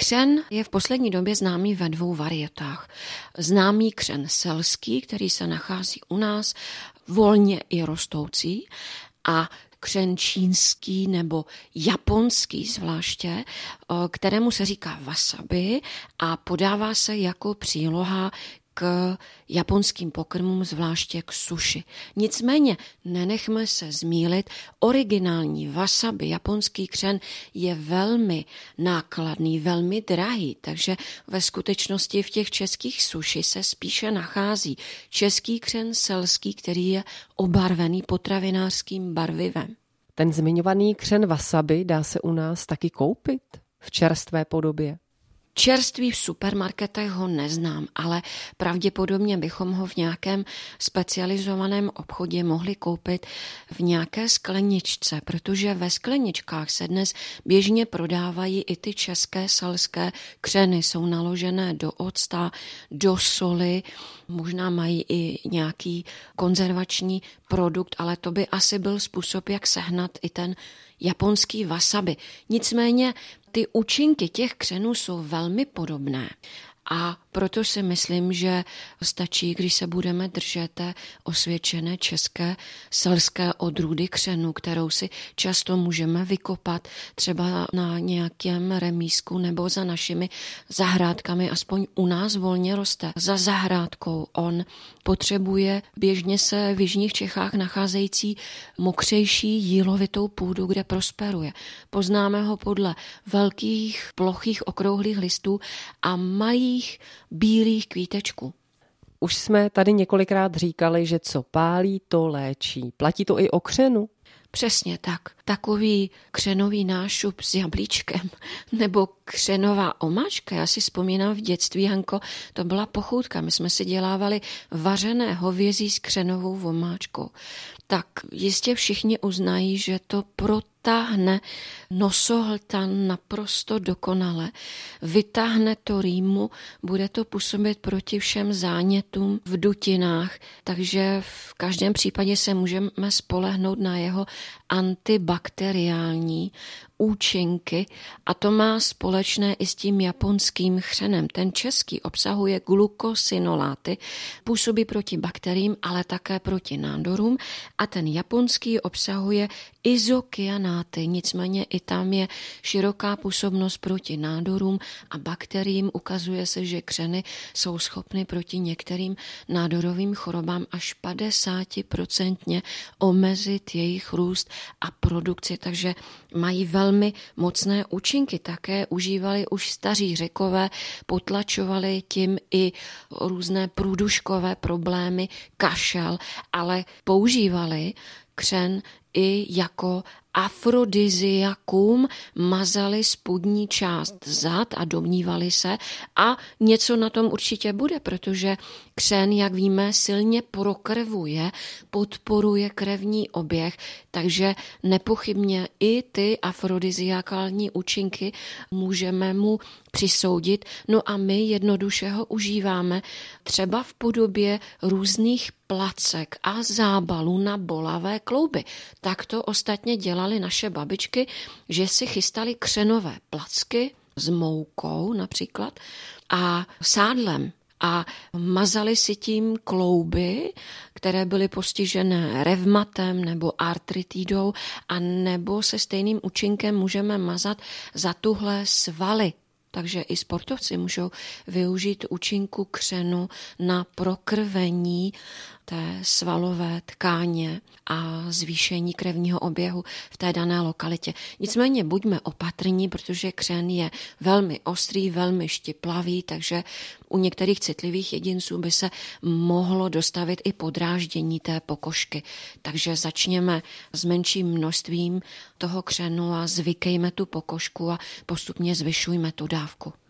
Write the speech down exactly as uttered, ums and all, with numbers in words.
Křen je v poslední době známý ve dvou varietách. Známý křen selský, který se nachází u nás, volně i rostoucí, a křen čínský nebo japonský zvláště, kterému se říká wasabi a podává se jako příloha k japonským pokrmům, zvláště k suši. Nicméně nenechme se zmýlit, originální wasabi, japonský křen, je velmi nákladný, velmi drahý, takže ve skutečnosti v těch českých suši se spíše nachází český křen selský, který je obarvený potravinářským barvivem. Ten zmiňovaný křen wasabi dá se u nás taky koupit v čerstvé podobě? Čerství v supermarketech ho neznám, ale pravděpodobně bychom ho v nějakém specializovaném obchodě mohli koupit v nějaké skleničce, protože ve skleničkách se dnes běžně prodávají i ty české selské křeny. Jsou naložené do octa, do soli, možná mají i nějaký konzervační produkt, ale to by asi byl způsob, jak sehnat i ten japonský wasabi. Nicméně ty účinky těch křenů jsou velmi podobné a proto si myslím, že stačí, když se budeme držet té osvědčené české selské odrůdy křenů, kterou si často můžeme vykopat třeba na nějakém remísku nebo za našimi zahrádkami, aspoň u nás volně roste. Za zahrádkou on potřebuje běžně se v jižních Čechách nacházející mokřejší jílovitou půdu, kde prosperuje. Poznáme ho podle velkých, plochých, okrouhlých listů a malých bílých kvítečků. Už jsme tady několikrát říkali, že co pálí, to léčí. Platí to i o křenu? Přesně tak. Takový křenový nášup s jablíčkem nebo křenová omáčka. Já si vzpomínám v dětství, Hanko, to byla pochůdka. My jsme si dělávali vařené hovězí s křenovou omáčkou. Tak jistě všichni uznají, že to protáhne nosohltan naprosto dokonale. Vytáhne to rýmu, bude to působit proti všem zánětům v dutinách, takže v každém případě se můžeme spolehnout na jeho antibakteriální účinky a to má společné i s tím japonským křenem. Ten český obsahuje glukosinoláty, působí proti bakteriím, ale také proti nádorům a ten japonský obsahuje izokyanáty, nicméně i tam je široká působnost proti nádorům a bakteriím. Ukazuje se, že křeny jsou schopny proti některým nádorovým chorobám až padesát procent omezit jejich růst a produkci, takže mají velmi mocné účinky. Také užívali už staří Řekové, potlačovali tím i různé průduškové problémy, kašel, ale používali křen i jako afrodiziakum, mazali spodní část zad a domnívali se a něco na tom určitě bude, protože křen, jak víme, silně prokrvuje, podporuje krevní oběh, takže nepochybně i ty afrodiziakální účinky můžeme mu přisoudit. No a my jednoduše ho užíváme třeba v podobě různých placek a zábalů na bolavé klouby. Tak to ostatně dělali naše babičky, že si chystali křenové placky s moukou například a sádlem a mazali si tím klouby, které byly postižené revmatem nebo artritidou, a nebo se stejným účinkem můžeme mazat zatuhlé svaly. Takže i sportovci můžou využít účinku křenu na prokrvení té svalové tkáně a zvýšení krevního oběhu v té dané lokalitě. Nicméně buďme opatrní, protože křen je velmi ostrý, velmi štiplavý, takže u některých citlivých jedinců by se mohlo dostavit i podráždění té pokožky. Takže začněme s menším množstvím toho křenu a zvykejme tu pokožku a postupně zvyšujme tu dávku.